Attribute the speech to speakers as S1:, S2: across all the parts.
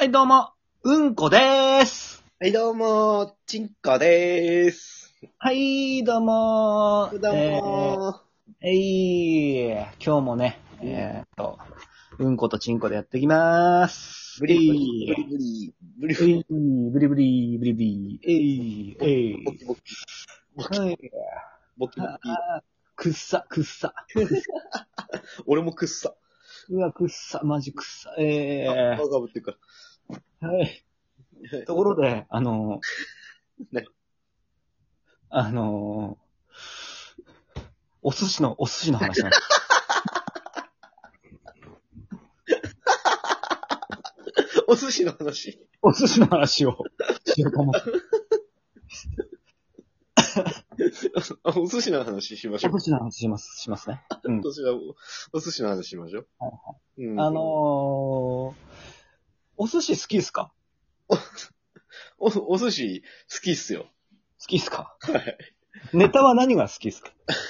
S1: はい、どうも、うんこでーす。
S2: はい、どうも、ちんこでーす。
S1: はい、どうも
S2: どうも
S1: 今日もね、
S2: うん
S1: うんことちんこでやっていきまーす。
S2: ブリブリ、ブリブリ、ブリブリ、
S1: ブリブリ、ブリブリ、
S2: ボキボキ、ボキ
S1: はい、
S2: ボキボキ。
S1: くっさ。
S2: 俺もくっさ。
S1: うわ、くっさ、マジくっさ。
S2: 顔がぶってるか
S1: はい。
S2: ら。
S1: ところで、
S2: ね
S1: あのお寿司の話なんです。
S2: お寿司の話。
S1: お寿司の話をしようと思って。
S2: お寿司の話しましょう。
S1: お寿司の話しますね。うん。
S2: お寿司の話しましょう。
S1: はい
S2: うん
S1: お寿司好きっすか？
S2: お寿司好きっすよ。
S1: 好きっすか？
S2: はい。
S1: ネタは何が好きっすか？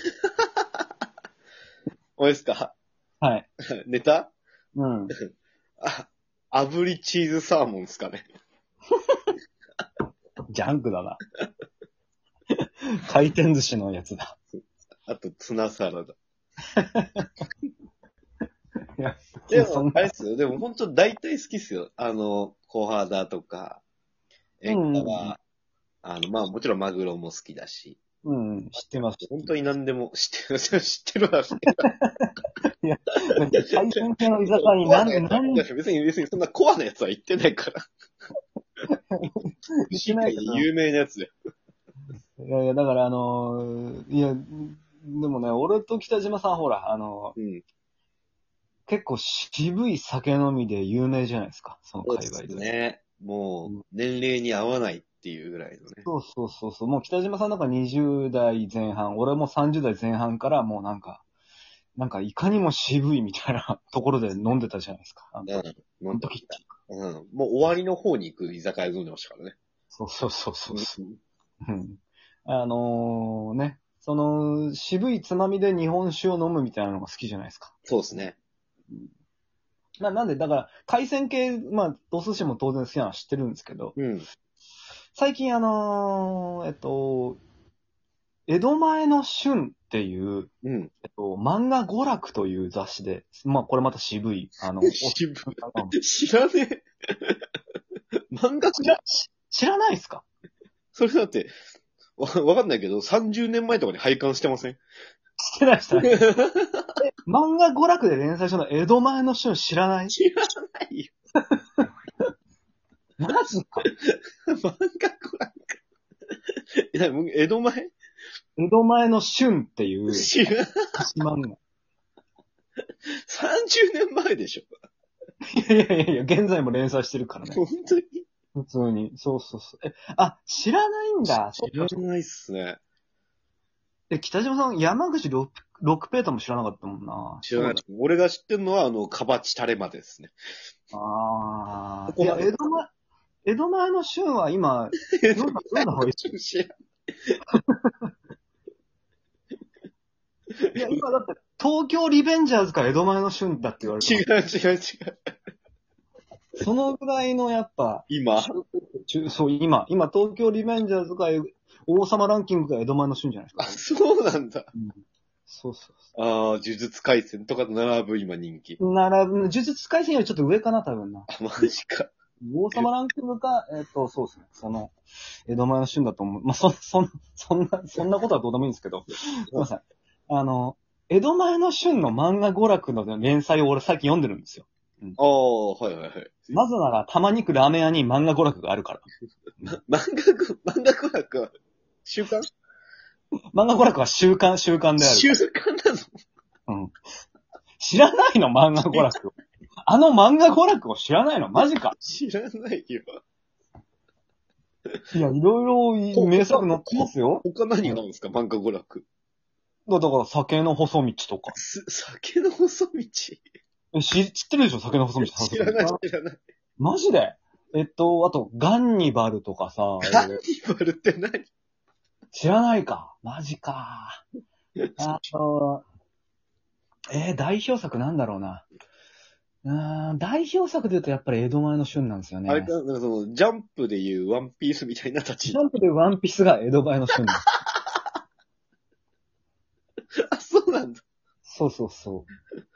S2: おいですか
S1: はい。
S2: ネタ
S1: うん。
S2: 炙りチーズサーモンっすかね。
S1: ジャンクだな。回転寿司のやつだ。
S2: あと、ツナサラダ。
S1: いや、
S2: でも、
S1: そんな
S2: あれっすよ。でも、本当大体好きっすよ。小肌とか、エンガワ、まあ、もちろんマグロも好きだし。
S1: うん、知ってます。
S2: 本当に何でも知ってるわ。知ってるわ。
S1: いや、海鮮系の居酒屋になんで、
S2: 別にそんなコアなやつは言ってないから。
S1: 言ってないけど。
S2: 有名なやつで。
S1: いや、だからいや、でもね、俺と北島さんほら、
S2: うん。
S1: 結構渋い酒飲みで有名じゃないですか、その
S2: そうで
S1: 界隈で。
S2: すね。もう、年齢に合わないっていうぐらいのね。
S1: そう。もう北島さんなんか20代前半、俺も30代前半からもうなんかいかにも渋いみたいなところで飲んでたじゃないですか。あの時って。
S2: うん。もう終わりの方に行く居酒屋飲んでましたからね。
S1: そう。
S2: うん
S1: うん。ね、その、渋いつまみで日本酒を飲むみたいなのが好きじゃないですか。
S2: そうですね。
S1: なんで、だから、海鮮系、まあ、お寿司も当然好きなのは知ってるんですけど、
S2: うん。
S1: 最近江戸前の春っていう、
S2: うん。
S1: 漫画娯楽という雑誌で、まあ、これまた渋い、
S2: 渋い。知らねえ。漫画
S1: 知らないですか？
S2: それだって、わかんないけど、30年前とかに拝観してません？
S1: 知ってない。漫画娯楽で連載したの江戸前の春知らない？
S2: 知らないよ。
S1: マジか。
S2: 漫画娯楽。江戸前
S1: 江戸前の春っていう
S2: 知らない。
S1: 漫画。
S2: 30年前でしょ。
S1: いや、現在も連載してるからね。
S2: 本当に
S1: 普通に。そう。知らないんだ。
S2: 知らないっすね。
S1: 北島さん、山口六ペーターも知らなかったもんな。
S2: 知らない。俺が知ってるのは、カバチタレマですね。
S1: ああ。いや、
S2: ここまで
S1: 江戸前の春は今、読んだ方がいい。
S2: 知ら
S1: いや、今だって、東京リベンジャーズか江戸前の春だって言われて
S2: 違う。
S1: そのぐらいのやっぱ、
S2: 今
S1: そう、今、東京リベンジャーズか王様ランキングが江戸前の春じゃないですか。
S2: そうなんだ。
S1: そう。
S2: 呪術廻戦とかと並ぶ今人気。
S1: 呪術廻戦よりちょっと上かな、多分な。
S2: マジか。
S1: 王様ランキングか、そうですね。その、江戸前の春だと思う。まあ、そんなことはどうでもいいんですけど。すいません。江戸前の春の漫画娯楽の連載を俺最近読んでるんですよ。
S2: はい。
S1: なぜなら、たまに行くラーメン屋に漫画娯楽があるから。
S2: 漫画娯楽は、習慣
S1: 漫画娯楽は習慣である。
S2: 習慣なの
S1: うん。知らないの漫画娯楽を。漫画娯楽を知らないのマジか。
S2: 知らないよ。
S1: いや、いろいろ名作載ってますよ。
S2: 他何があるんですか、漫画娯楽。
S1: だから、酒の細道とか。
S2: 酒の細道
S1: 知ってるでしょ酒の細道。
S2: 知らない。
S1: マジであと、ガンニバルとかさ。
S2: ガンニバルって何？
S1: 知らないか。マジか。代表作なんだろうな。 代表作で言うとやっぱり江戸前の旬なんですよね。
S2: あれか、なんかその、ジャンプでいうワンピースみたいな立ち
S1: ジャンプでワンピースが江戸前の旬です。
S2: あ、そうなんだ。
S1: そうそうそう。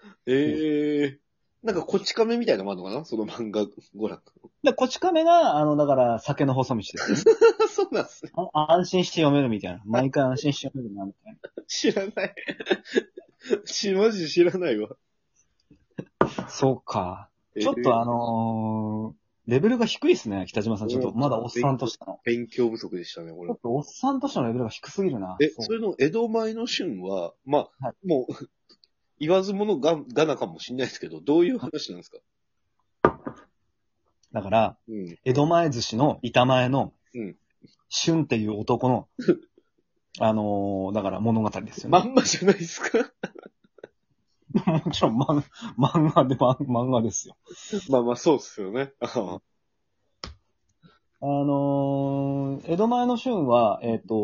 S2: なんか、こち亀みたいなのもあるのかなその漫画娯楽。
S1: で、こち亀が、だから、酒の細道ですね。
S2: そうなんすね。
S1: 安心して読めるみたいな。毎回安心して読めるな、みたい
S2: 知らない。マジ知らないわ。
S1: な。そうか。ちょっとレベルが低いですね、北島さん。ちょっと、まだおっさんとしての。
S2: 勉強不足でしたね、これ
S1: ちょっ。とおっさんとしてのレベルが低すぎるな。
S2: それの江戸前の旬は、まあ、
S1: はい
S2: もう、言わずものが、がなかもしれないですけど、どういう話なんですか？
S1: だから、
S2: うん。
S1: 江戸前寿司の板前の、
S2: うん。
S1: 旬っていう男の、だから物語ですよね。
S2: まんまじゃないですか？
S1: もちろん漫画ですよ。
S2: まあまあ、そうっすよね。
S1: 江戸前の旬は、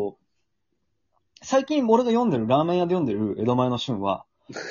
S1: 最近俺が読んでる、ラーメン屋で読んでる江戸前の旬は、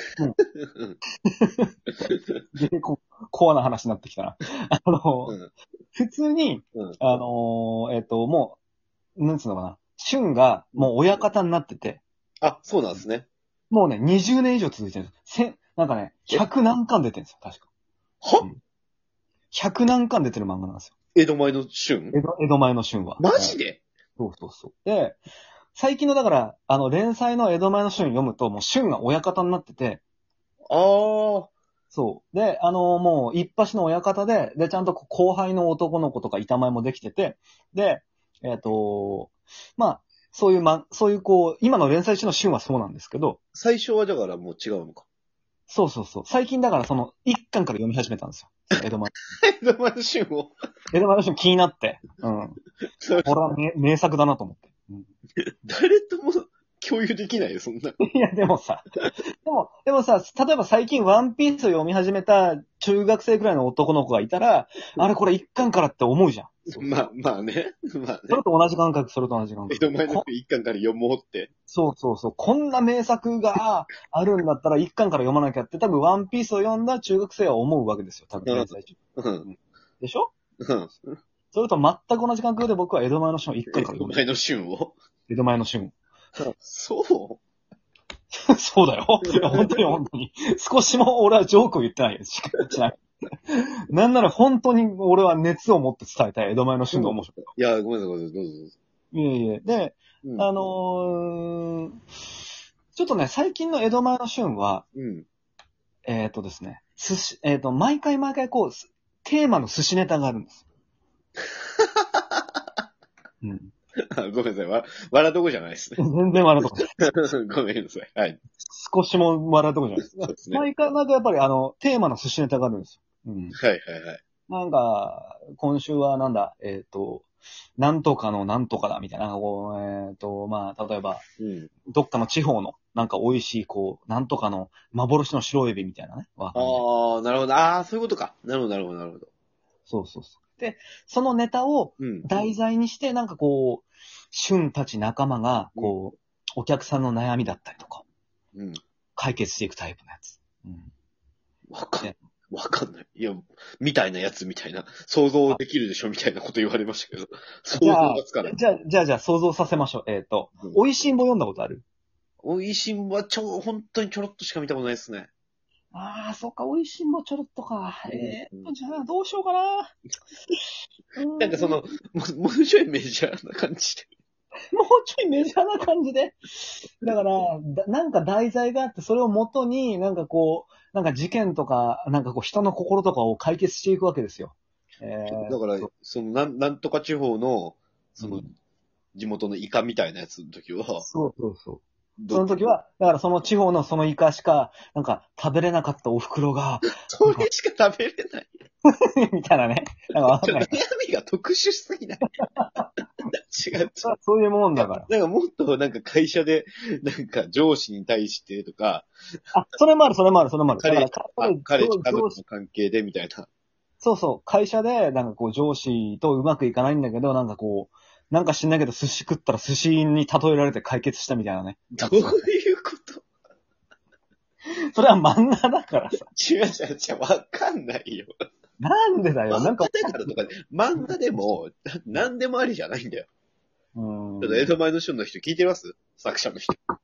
S1: コアな話になってきたな。
S2: うん
S1: 普通に、
S2: うん
S1: もう、なんつうのかな、旬がもう親方になってて、
S2: あ、そうなんですね。
S1: もうね、20年以上続いてるんですよ。なんかね、100何巻出てるんですよ、確か。
S2: は
S1: 100何巻出てる漫画なんですよ。
S2: 江戸前の旬
S1: 江戸前の旬は。
S2: マジで？
S1: そうそうそう。で、最近のだから、連載の江戸前の旬読むと、もう旬が親方になってて、
S2: ああ。
S1: そう。で、もう一発の親方で、ちゃんと後輩の男の子とか板前もできてて、で、まあ、そういう今の連載中の旬はそうなんですけど、
S2: 最初はだからもう違うのか。
S1: そうそうそう。最近だから一巻から読み始めたんですよ。江戸前。
S2: 江戸前の旬を。
S1: 江戸前の旬気になって、これは名作だなと思って。
S2: 誰とも共有できないよ、そんな。
S1: いや、でもさ、例えば最近ワンピースを読み始めた中学生くらいの男の子がいたら、あれこれ一巻からって思うじゃん。
S2: まあね。まあね。
S1: それと同じ感覚。
S2: 江戸前の旬一巻から読もうって。
S1: そうそうそう。こんな名作があるんだったら一巻から読まなきゃって多分ワンピースを読んだ中学生は思うわけですよ。多分連載中。
S2: うん。
S1: でしょ？
S2: うん。
S1: それと全く同じ感覚で僕は江戸前の旬を一巻から読む。
S2: 江戸前の旬を
S1: 江戸前の旬。
S2: そう
S1: そうだよ。いや本当に。少しも俺はジョークを言ってないです。ちなみに。なんなら本当に俺は熱を持って伝えたい江戸前の旬の面白さ。
S2: いや、ごめんなさい、どうぞどうぞ。
S1: いえいえ。で、
S2: うん
S1: ちょっとね、最近の江戸前の旬は、
S2: うん。
S1: ですね、毎回テーマの寿司ネタがあるんです。うん。
S2: ごめんなさい。笑うとこじゃないですね。
S1: 全然笑うとこじゃない。
S2: ごめんなさい。はい。
S1: 少しも笑うとこじゃないです。
S2: そうですね。
S1: 毎回やっぱりテーマの寿司ネタがあるんですよ。うん。
S2: はいはいはい。
S1: なんか、今週はなんとかのなんとかだみたいな、まあ、例えば、
S2: うん。
S1: どっかの地方の、なんか美味しい、なんとかの幻の白エビみたいなね。わかんない
S2: ああ、なるほど。ああ、そういうことか。なるほど、なるほど、なるほど。
S1: そうそうそう。で、そのネタを
S2: うん。
S1: 題材にして、なんか旬たち仲間が、お客さんの悩みだったりとか、
S2: うん。
S1: 解決していくタイプのやつ。うん。
S2: わかんない。いや、みたいなやつみたいな。想像できるでしょみたいなこと言われましたけど。想像がつかない。
S1: じゃあ、想像させましょう。美味しんぼ読んだことある？
S2: おいしんは本当にちょろっとしか見たことないですね。
S1: ああ、そっか、美味しんぼちょろっとか。
S2: うん
S1: じゃあ、どうしようかな。
S2: なんかもうちょいメジャーな感じで。
S1: もうちょいメジャーな感じで。だから、なんか題材があって、それを元に、なんかなんか事件とか、なんか人の心とかを解決していくわけですよ。
S2: だから、なんとか地方の、
S1: うん
S2: 地元のイカみたいなやつの時は、
S1: そうそうそう。その時は、だからその地方のそのイカしか、なんか食べれなかったお袋が、
S2: それしか食べれない。
S1: みたいなね。なんかわかんない。
S2: 悩みが特殊すぎない。違う。
S1: そういうもんだから。
S2: なんかもっとなんか会社で、なんか上司に対してとか、
S1: あ、それもある。だから
S2: 彼氏家族の関係でみたいな。
S1: そうそう。会社で、なんか上司とうまくいかないんだけど、なんかなんか知んないけど寿司食ったら寿司に例えられて解決したみたいなね。
S2: どういうこと？
S1: それは漫画だからさ。
S2: 違う違う違う、わかんないよ。
S1: なんでだよ。なんか、
S2: 漫画だからとか、漫画でも、なんでもありじゃないんだよ。
S1: うーん。
S2: ちょっと江戸前の旬の人聞いてます作者の人。
S1: ちょっ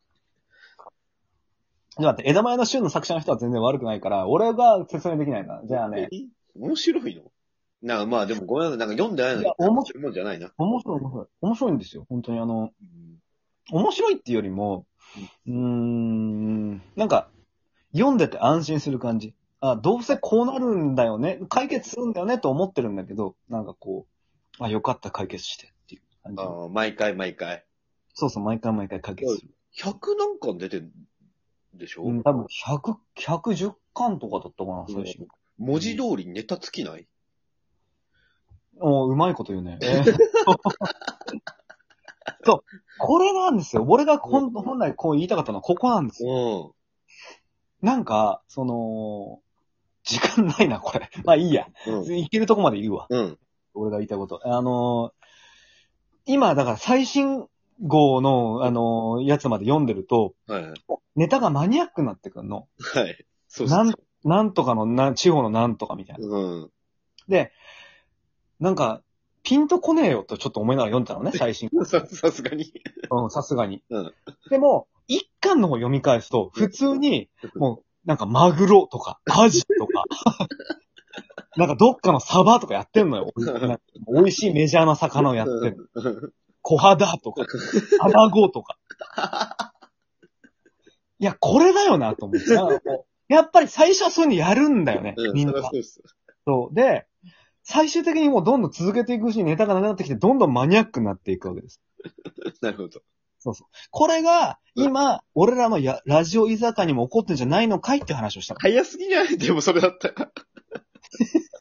S1: と待って、枝前の旬の作者の人は全然悪くないから、俺が説明できないな。じゃあね。
S2: 面白いのまあでもごめんなさい。なんか読んでないのに
S1: いや、面
S2: 面白いもんじゃないな。
S1: 面白い、面白い。面白いんですよ。本当に
S2: うん
S1: 面白いっていうよりも、なんか、読んでて安心する感じ。あ、どうせこうなるんだよね。解決するんだよねと思ってるんだけど、なんかこう、あ、よかった解決してっていう感じ。
S2: ああ、毎回毎回。
S1: そうそう、毎回毎回解決する。
S2: 100何巻出てんでしょ、
S1: うん、多分110巻とかだったかな、最新。
S2: 文字通りネタ尽きない、
S1: うまいこと言うね。そう、これなんですよ。俺が本来こう言いたかったのはここなんですよ。なんか、時間ないな、これ。まあいいや。いけるとこまで言うわ。俺が言いたいこと。今、だから最新号の、やつまで読んでると、
S2: はいはい。
S1: ネタがマニアックになってくるの。
S2: はい。そうそう。
S1: なんとかの地方のなんとかみたいな。で、なんか、ピンとこねえよとちょっと思いながら読んでたのね、最新号。
S2: さすがに。
S1: さすがに。
S2: うん。
S1: でも、一巻の方読み返すと、普通に、もう、なんかマグロとか、アジとか、なんかどっかのサバとかやってんのよ。美味しいメジャーな魚をやってる。小肌とか、卵とか。いや、これだよなと思って。やっぱり最初はそういうのやるんだよね。みんな。そう。で、最終的にもうどんどん続けていくうちにネタがなくなってきて、どんどんマニアックになっていくわけです。
S2: なるほど。
S1: そうそう。これが、今、俺らのラジオ居酒屋にも起こってんじゃないのかいって話をしたの。
S2: 早すぎじゃないでもそれだったら。